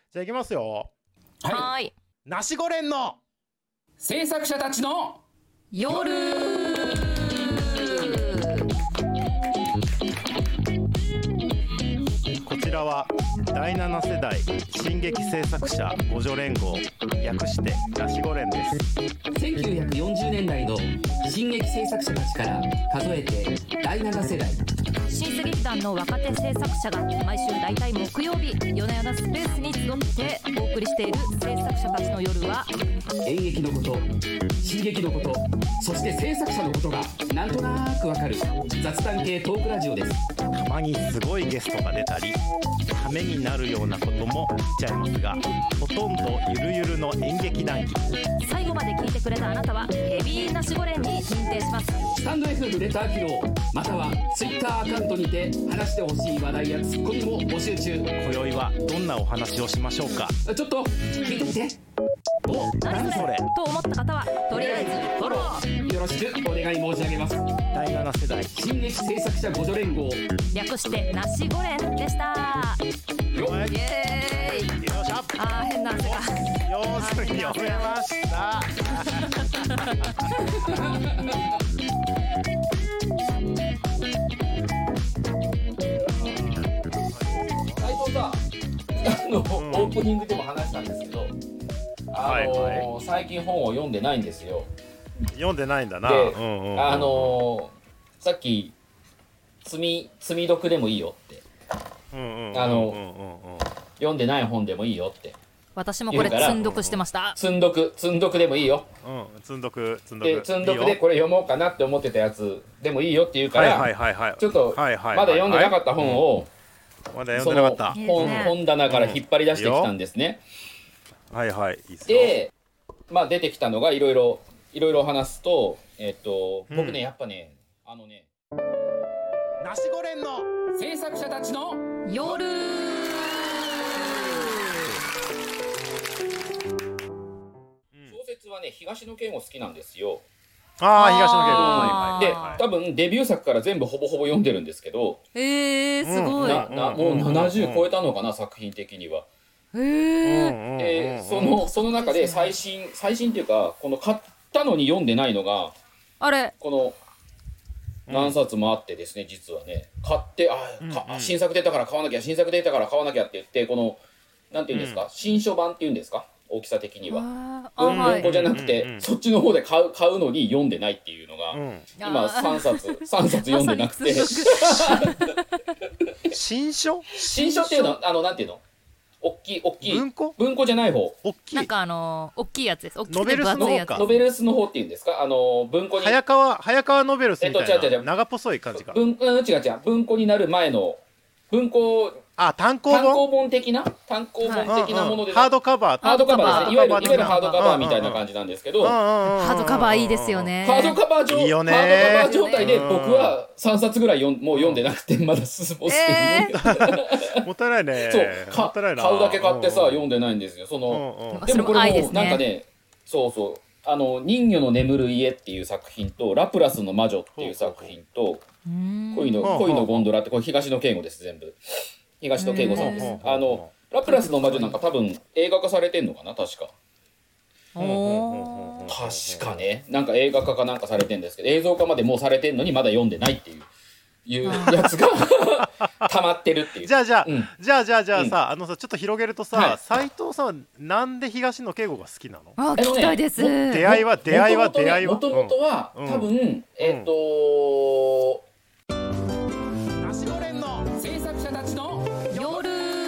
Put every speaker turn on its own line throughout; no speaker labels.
じゃあいきますよ。
はい。
ナシゴレンの
制作者たちの
夜。
こちらは第7世代進撃制作者互助連合、略してナシゴレンです。
1940年代の進撃制作者たちから数えて第7世代
新世劇団の若手制作者が毎週だいたい木曜日、夜な夜なスペースに集ってお送りしている制作者たちの夜は、
演劇のこと、進撃のこと、そして制作者のことがなんとなくわかる雑談系トークラジオです。
たまにすごいゲストが出たり、ためになるようなことも言っちゃいますが、ほとんどゆるゆるの演劇談義。
最後まで聞いてくれたあなたはヘビーナシゴレンに認定します。
スタンド FM レター機能、または Twitter アカウントにて話してほしい話題やツッコミも募集中。
今宵はどんなお話をしましょうか。
ちょっと聞いてみて。お、
何それと思った方はとりあえずフォロー
よろしくお願い申し上げます。
第7世代
進撃制作者互助連合、
略してナシゴレンでした。
よっ、
イエーイ。
よっしゃ。
変な汗が
よーし読めました。
斉藤さん、オープニングでも話したんですけど、最近本を読んでないんですよ。
読んでないんだな。
で、さっき積み読でもいいよって、読んでない本でもいいよって。
私もこれ積んどくしてました。
積んどくでもいいよ。
積んどく
でこれ読もうかなって思ってたやつでもいいよって言うから、ちょっとまだ読んでなかった本を
まだ読んでなかった
本棚から引っ張り出してきたんですね。
はいはい、いいっすよ。
で、まあ出てきたのがいろいろ話すと、僕ね、やっぱね、
ナシゴレンの
制作者たちの
夜。
小説はね、東野圭吾好きなんですよ。
東野圭吾。
で、多分デビュー作から全部ほぼほぼ読んでるんですけど、
すごい。
もう70超えたのかな、作品的には。その中で最新っていうか、この買ったのに読んでないのがこの何冊もあってですね、実はね、買って新作出たから買わなきゃ、新作出たから買わなきゃって言って、このなんていうんですか、新書版っていうんですか、大きさ的には文庫じゃなくて、そっちの方で買うのに読んでないっていうのが、今3冊読んでなくて
新書
っていうのはなんていうの、大きい文庫じゃない方、
なんか大きいやつです。
ノベルスの方か。
ノベルスの方っていうんですか、文庫に
早川ノベルスみたいな長細い感じか。
違う文庫になる前の単行本的なもので、
ハードカバー
ですね。いわゆるハードカバーみたいな感じなんですけど、
ハードカバーいいですよね。
ハードカバー状態で僕は3冊ぐらいもう読んでなくて、まだ進もうして
もったいないね。
そう、買うだけ買ってさ読んでないんですよ。でもこれもなんかね、人魚の眠る家っていう作品と、ラプラスの魔女っていう作品と、恋のゴンドラって、これ東野圭吾です。全部東野圭吾さんです。ラプラスの魔女なんか多分映画化されてんのかな、確かね、なんか映画化かなんかされてんですけど、映像化までもうされてんのにまだ読んでないっていうやつが溜まってるっていう。
じゃあさ、ちょっと広げるとさ、斉藤さんはなんで東野圭吾が好きなの？
聞きたいです。
出会いは
もともとは多分
ナシゴレンの
制作者たちの
夜。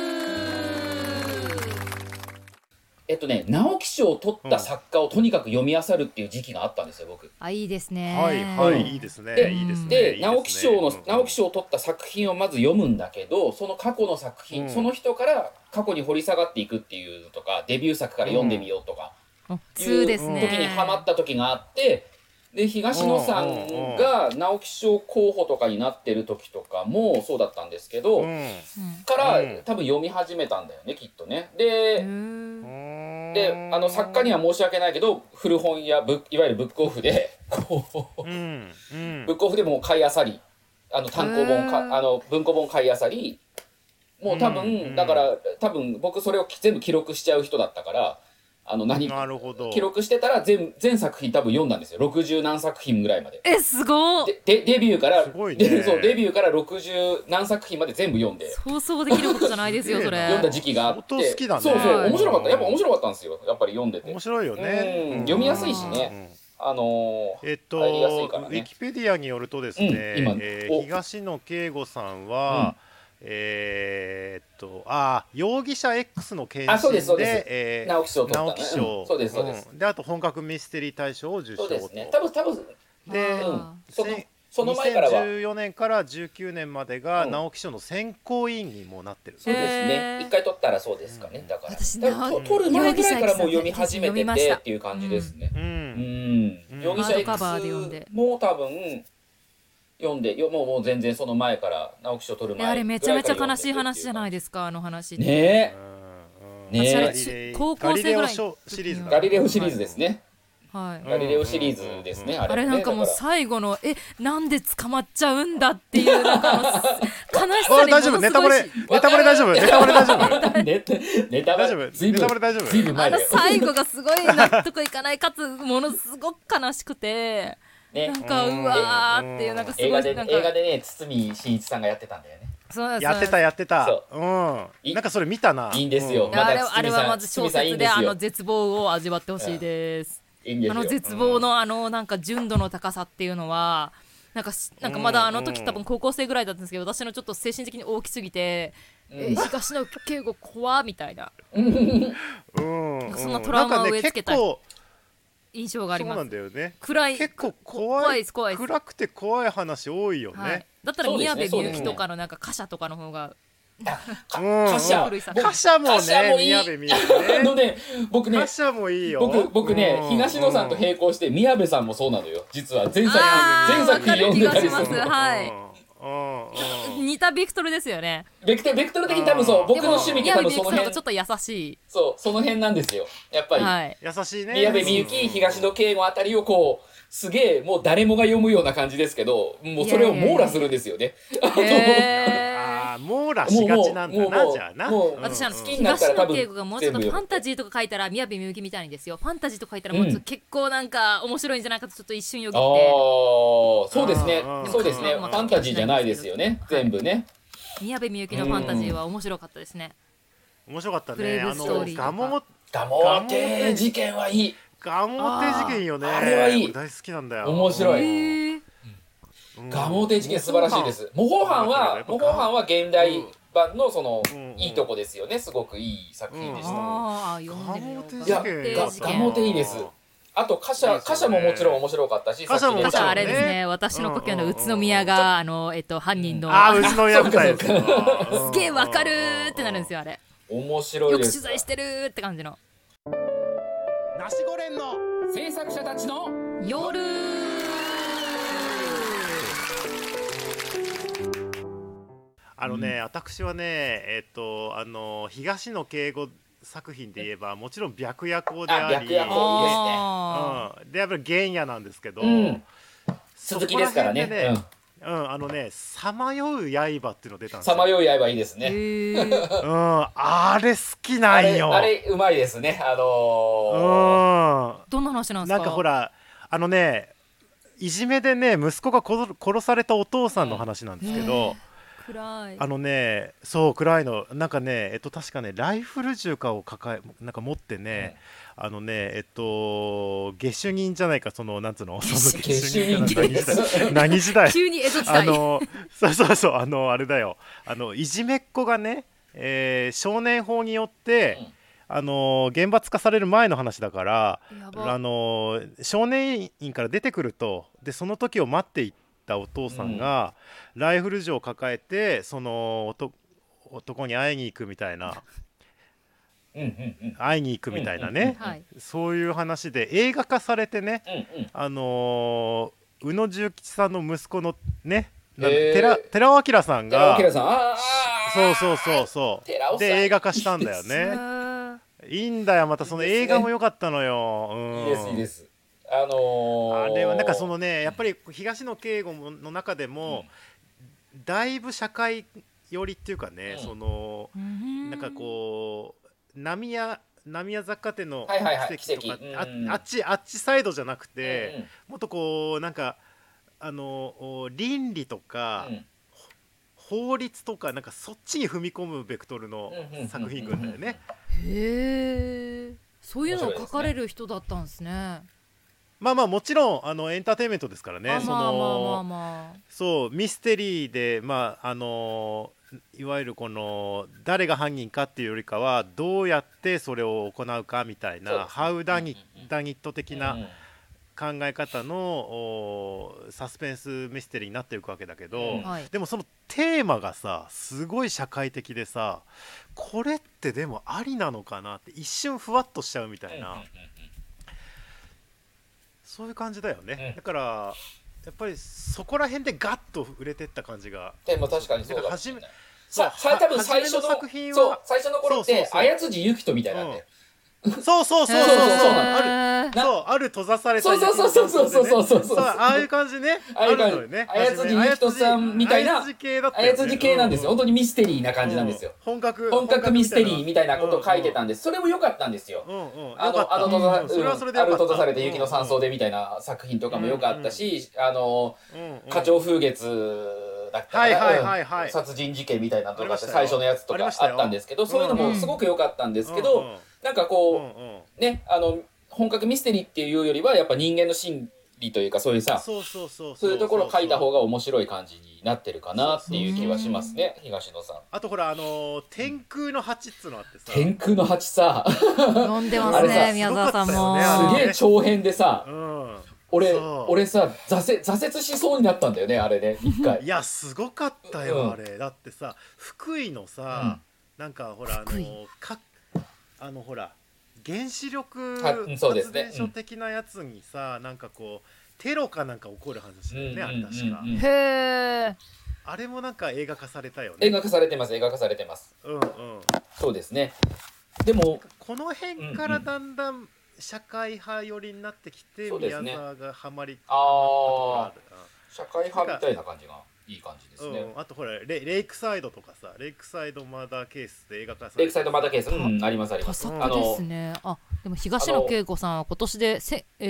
直木賞を取った作家をとにかく読み漁るっていう時期があったんですよ、僕。
いいですね。
いいですね。
で、直木賞を取った作品をまず読むんだけど、その過去の作品、その人から過去に掘り下がっていくっていうとか、デビュー作から読んでみようとかいう時にハマった時があって、で、東野さんが直木賞候補とかになってる時とかもそうだったんですけど、から多分読み始めたんだよね、きっとね。で、作家には申し訳ないけど、古本屋、いわゆるブックオフでブックオフでも買い漁り、文庫本買い漁り、 もう多分、だから多分僕それを全部記録しちゃう人だったから、
なるほど。
記録してたら全作品多分読んだんですよ。60何作品ぐらいまで。
すごい。
デビューから
すごいね。
そうデビューから60何作品まで全部読んで。
そうそうできることじゃないですよそれ。
読んだ時期があって。
相当好きだね。
そうそう面白かった。やっぱ面白かったんですよ。やっぱり読んでて。
面白いよね。
読みやすいしね。入りやすいからね。
ウィキペディアによるとですね、東野圭吾さんは、容疑者 X の検診で
直木賞取った
直木賞、
そうですそうです。
であと本格ミステリー大賞を受賞と。
そうですね。多分
で、
その前からは
2014年から19年までが直木賞の選考委員にもなってる。
そうですね。一回取ったらそうですかね。だから
私
取る前ぐらいからもう読み始めててっていう感じですね。容疑者 X も多分読んでもう全然その前から直木賞取る前
あれめちゃめちゃ悲しい話じゃないですか、あの話って
ね
え。高校生ぐらい
ガリレオシリーズですね。
はい、
ガリレオシリーズですね。
あれなんかもう最後のなんで捕まっちゃうんだっていうなんか悲しさに
大丈夫、ネタバレ大丈夫、ネタバレ大丈夫、
ネタバレ大丈夫。
最後がすごい納得いかないかつものすごく悲しくて、なんかうわーっていうなんかすごい
映画でね堤真一さんがやってたんだよね。
やってた。なんかそれ見たな。
いいんですよ。
あれはまず小説で絶望を味わってほしいです。絶望のなんか純度の高さっていうのはなんかまだ時多分高校生ぐらいだったんですけど、私のちょっと精神的に大きすぎて、東野圭吾怖みたいな、そんなトラウマを植え付けた印象があります。
そうなんだよね。
暗い、
結構怖い暗くて怖い話多いよね。
だったら宮部みゆきとかのなんか貨車とかの方が
貨車
もね、宮部みゆきね。
僕ね、
貨車もいいよ。
僕ね、東野さんと並行して宮部さんもそうなのよ。実は前作読んでたりする。
似たベクトルですよね。
ベクトル的に多分そう。僕の趣味って多分その辺。
ちょっと優しい。
そう、その辺なんですよ。やっぱり
優しいね。
宮部みゆき、東野圭吾あたりをこう。すげえもう誰もが読むような感じですけど、もうそれを網羅するんですよね。
網羅しがちなんだな、じゃあな。
私東野圭吾がもうちょっとファンタジーとか書いたら宮部みゆきみたいにですよ。ファンタジーとか書いたらもうちょっと結構なんか面白いんじゃないかとちょっと一瞬よぎって。
そうですね。そうですね。ファンタジーじゃないですよね。全部ね。
宮部みゆきのファンタジーは面白かったですね。
面白かったね。
ガ
モテ事件はいい。
ガモテ事件よね。
あれはいい。
大好きなんだよ。
面白い。ガモテ事件素晴らしいです。模倣犯は現代版のそのいいとこですよね。すごくいい作品でした。
ガ
モテいいです。あと貨車ももちろん面白かったし、
貨車あれですね。私の故郷の宇都宮が犯人の
宇都宮みたいです。す
げえわかるってなるんですよあれ。
面白いです。
よく取材してるって感じの。
ナシゴレンの
制作者たちの
夜。
私はね東野圭吾作品で言えばもちろん白夜行であり、
白夜行
でやっぱり原野なんですけど、
鈴木ですからね。
さまよう刃っていうの出たんですよ。
さまよう刃いいですね。
あれ好きなんよ。
あれうまいですね。
どんな話なんですか。
なんかほらいじめでね息子が殺されたお父さんの話なんですけど、
暗い。
そう暗いの。なんかね確かねライフル銃かをなんか持ってね、下手人じゃないか、なんつうの、下手人何時代
急に江戸時代
そうあれだよ、いじめっ子がね、少年法によって、厳罰化される前の話だから、少年院から出てくると、でその時を待っていったお父さんが、ライフル銃を抱えてその男に会いに行くみたいな会いに行くみたいなね、そういう話で映画化されてね、宇野重吉さんの息子のね、寺尾明さんがそうで映画化したんだよね。いいんだよ、またその映画も良かったのよ。
いいです。
あれはなんかやっぱり東野圭吾の中でも、だいぶ社会寄りっていうかね、そのなんかこう浪江雑貨店の奇跡とか、あっちサイドじゃなくて、もっとこうなんか倫理とか、法律とかなんかそっちに踏み込むベクトルの作品群だよね。
へえ、そういうのを書かれる人だったんですね。
まあもちろんエンターテインメントですからね。そうミステリーでいわゆるこの誰が犯人かっていうよりかはどうやってそれを行うかみたいなハウダニット的な考え方のサスペンスミステリーになっていくわけだけど、でもそのテーマがさすごい社会的でさ、これってでもありなのかなって一瞬ふわっとしちゃうみたいな、そういう感じだよね。だからやっぱりそこら辺でガッと売れてった感じが。
でも確かにそうだ。多分最初の作品は最初の頃って綾辻ゆきとみたいなんで。
そうある閉ざされた
そう
ああいう感じね。あるのよね。
綾辻ゆきとさんみたいな綾辻系なんですよ。本当にミステリーな感じなんですよ。本格ミステリーみたいなことを書いてたんです。それも良かったんですよ。閉ざされた雪の山荘でみたいな作品とかも良かったし、花鳥風月だったから殺人事件みたいなとか最初のやつとかあったんですけど、そういうのもすごく良かったんですけど、なんかこうね、本格ミステリーっていうよりはやっぱ人間の心理というかそういうさ、そういうところを書いた方が面白い感じになってるかなっていう気はしますね、東野さん。
あとほら天空の蜂っつうのあってさ、
天空の蜂さ
読んでますね宮沢さんも。
すげえ長編でさ、俺さ挫折しそうになったんだよねあれね一回。
いやすごかったよあれ。だってさ福井のさ、なんかほらほら原子力発電所的なやつにさ、なんかこうテロかなんか起こる話だよね、あれ確か。
へえ。
あれもなんか映画化されたよね。
映画化されてます。そうですね。でも
この辺からだんだん社会派寄りになってきて、宮沢がハマり
社会派みたいな感じがいい感じですね。
あとほらレイクサイドとかさ、レイクサイドマダーケースで映画化されて、
レイクサイドマダーケース、あります。
多作ですね。でも東野圭吾さんは今年で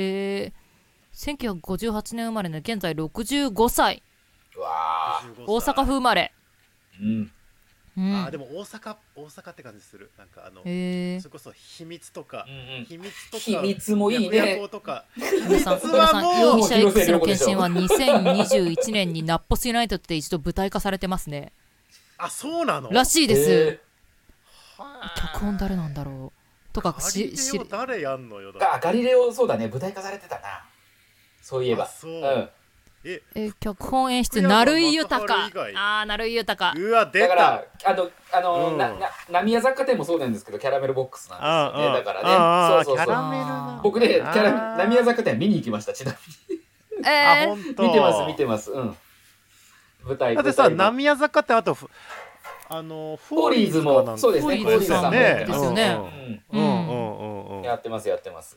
1958年生まれの現在65歳。大阪府生まれ。
でも大阪って感じする。なんかそれこそ秘密とか
秘密もいいね。
皆さん容疑者 X の献身は2021年にナッポスユナイテッドで一度舞台化されてますね。
あ、そうなの
らしいです。脚本誰なんだろうとか
誰やんのよ。
ガリレオ、そうだね、舞台化されてたな、そういえば。
脚本演出成井豊。成井豊。
うわ、出た。
だから浪江雑貨店もそうなんですけど、キャラメルボックスなんですよね。だからね、そう
キャラメルな。
僕ね、浪江雑貨店見に行きました、ちなみに。見てます。舞台。
だってさ、浪江雑貨店、あとフ
ォーリーズもそうですね。フォーリーズさんも
ですよね。
やってます。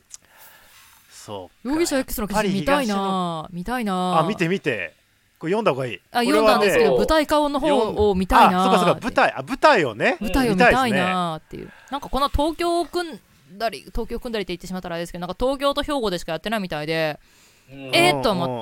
容疑者 X の記事見たいな。
見てこれ読んだ方がいい。
読んだんですけど、舞台化の方を見たいな。
そうか舞台をね、
舞台を見たいなっていう。なんかこの東京を組んだりって言ってしまったらあれですけど、なんか東京と兵庫でしかやってないみたいで、と思って。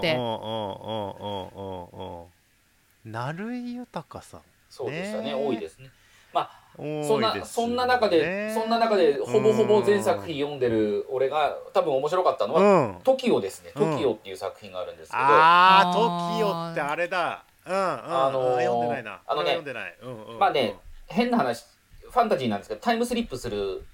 成井豊さん。
そうでしたね、多いですね。まあそんな中でほぼほぼ全作品読んでる俺が多分面白かったのは TOKIO ですね。 TOKIO っていう作品があるんですけど、
TOKIO ってあれだ。読んでないな。読んでない。
まあね、変な話ファンタジーなんですけど、タイムスリップする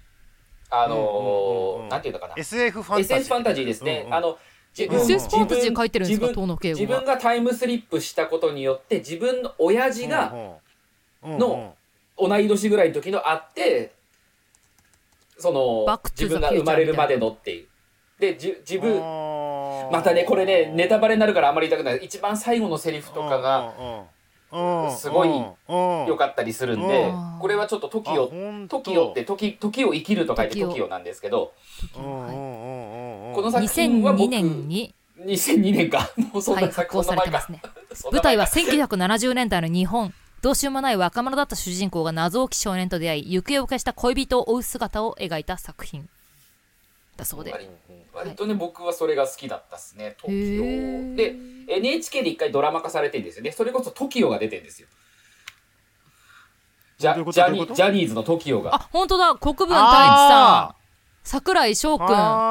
なんていうのかな、
SF ファ
ンタジーですね。
SF ファンタジー書いてるんですか、東野圭吾は。
自分がタイムスリップしたことによって自分の親父がの同い年ぐらいの時のあって、その自分が生まれるまでのっていうで、自分またね、これねネタバレになるからあんまり言いたくない。一番最後のセリフとかがすごい良かったりするんで、これはちょっと TOKIO って時を生きると書いて TOKIO なんですけど、この作品は僕2002年か、もうそんな
発行されてますね。舞台は1970年代の日本。 どうしようもない若者だった主人公が謎多き少年と出会い、行方を消した恋人を追う姿を描いた作品だそうで、
割とね、僕はそれが好きだったっすね。 TOKIO で NHK で一回ドラマ化されてるんですよね。それこそ TOKIO が出てるんですよ。ジャニーズの TOKIO が。
あ、本当だ、国分太一さん、桜井翔くん、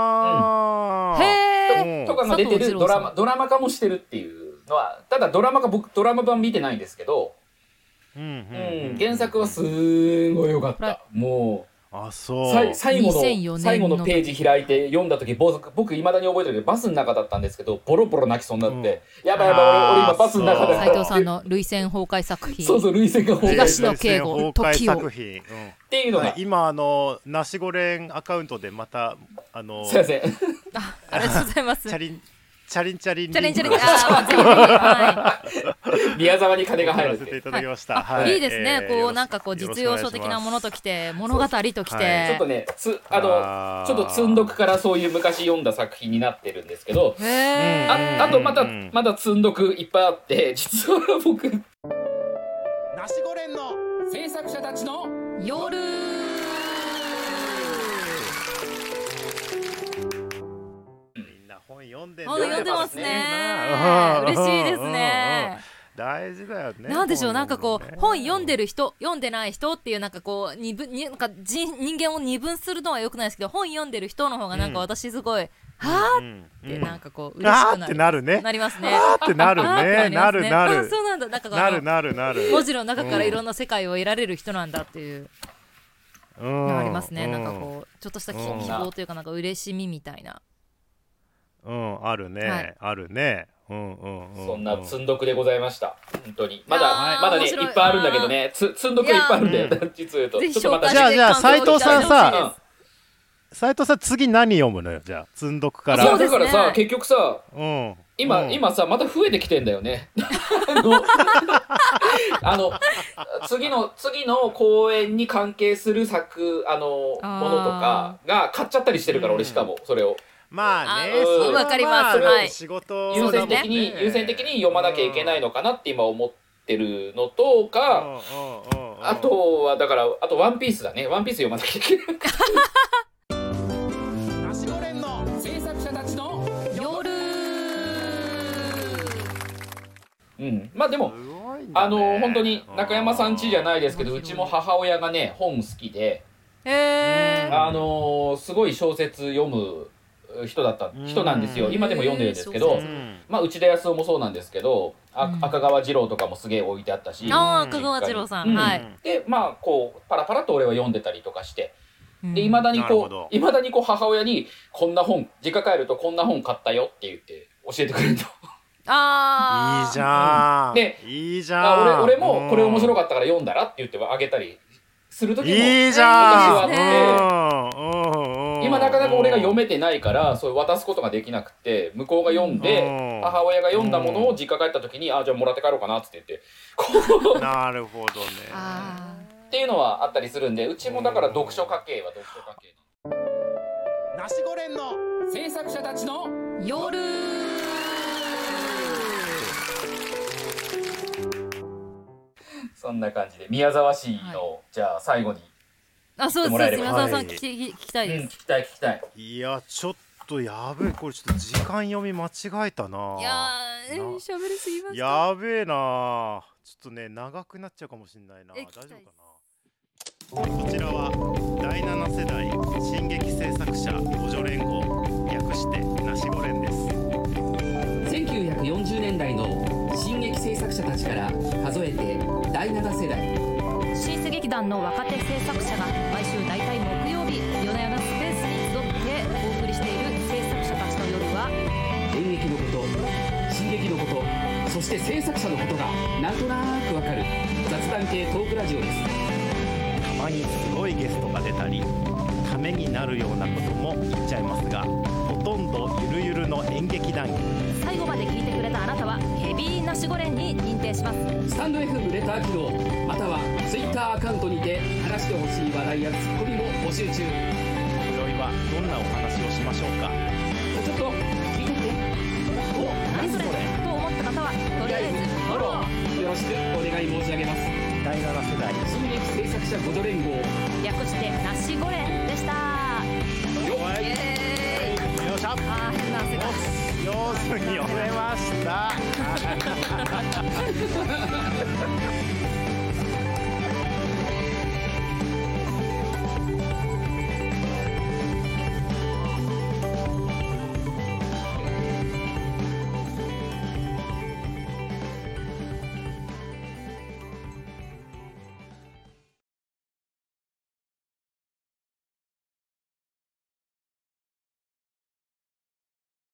へ
えとかが出てるドラマ化もしてるっていうのは、ただ僕ドラマ版見てないんですけど、原作はすごい良かった。もう最後のページ開いて読んだ時、僕いまだに覚えてるけど、バスの中だったんですけど、ボロボロ泣きそうになって、やばい俺今バスの中だ。
斉藤さんの涙腺崩壊作品、
そう涙腺が崩壊、
東野圭吾 TOKIO
っていうのが
今ナシゴレンアカウントでまた
すいません、
ありがとうございます。
チャリン
宮沢に金が入る
っていただきました。
いいですね。こうなんかこう実用書的なものときて、物語ときて、ちょ
っとね、ちょっと積んどくからそういう昔読んだ作品になってるんですけど、あとまだ積んどくいっぱいあって、実は僕ナシゴレンの制作者たちの
夜。
本読んで
ますね。嬉しいですね。
大事だよね。
なんでしょう、なんかこう本読んでる人、読んでない人っていうなんかこう人間を二分するのは良くないですけど、本読んでる人の方がなんか私すごいはーってなんかこう嬉しくなる。
ってなるね。
なりますね。
はーってなるね。なる。
そうなんだ。なんか
なる。
文字の中からいろんな世界を得られる人なんだっていうのありますね。なんかこうちょっとした希望というか、なんか嬉しみみたいな。
あるね、あるね。
そんな積んどくでございました。本当にまだねいっぱいあるんだけどね、積んどくいっぱいあるんだよ。実を言うと、ちょっとまた
じゃあ斉藤さんさ、次何読むのよ。じゃあ積んどくから。
だからさ、結局さ、今さまた増えてきてんだよね。次の公演に関係するものとかが買っちゃったりしてるから、俺しかもそれを。
まあね、
わかります。
仕事
優先的に読まなきゃいけないのかなって今思ってるのとか、あとはだからあとワンピースだね。ワンピース読まなきゃいけない。ナシゴレンの制作者たちの夜。まあでも本当に中山さん家じゃないですけど、うちも母親がね本好きで、すごい小説読む人なんですよ。今でも読んでるんですけど、内田康夫もそうなんですけど、赤川次郎とかもすげえ置いてあったし、
赤川次郎さん、
でこうパラパラと俺は読んでたりとかして、でいまだにこう母親にこんな本、実家帰るとこんな本買ったよって言って教えてくれると。
いいじゃん。いいじゃん。
俺もこれ面白かったから読んだらって言ってあげたりする時も
いいじゃん。
昔はあって。今なかなか俺が読めてないからそう渡すことができなくて、向こうが読んで母親が読んだものを実家帰った時にじゃあもらって帰ろうかなって言って
なるほどね
っていうのはあったりするんで、うちもだから読書家系は読書家系ナシゴレンの制作者たちの夜。そんな感じで宮沢氏の、じゃあ最後に
そうです。宮沢さん聞きたいです。
聞きたい。
いやちょっとやべえ、これちょっと時間読み間違えたな。
いや喋りすぎました。
やべえな。ちょっとね長くなっちゃうかもしれないな。大丈夫かな。こちらは第7世代進撃制作者互助連合、略してナシゴレンです。
1940年代の進撃制作者たちから数えて第7世代
新世劇団の若手制作者が毎週大体木曜日夜な夜なスペースに集ってお送りしている制作者たちの夜は、
演劇のこと、進撃のこと、そして制作者のことがなんとなくわかる雑談系トークラジオです。
たまにすごいゲストが出たり、ためになるようなことも言っちゃいますが、ほとんどゆるゆるの演劇談義。
最後まで聞いてくれたあなたはヘビーナシゴレンに認定します。
スタンド FM レター機能または Twitter アカウントにて話してほしい話題やツッコミも募集中。
今宵はどんなお話をしましょうか。
ちょっと聞いてみて。
何それと思った方はとりあえずフォロー
よろしくお願い申し上げます。
第7世代
寸劇制作者ごと連合
略してナシゴレンでした。
よっしゃ
変な汗が
上手に読めました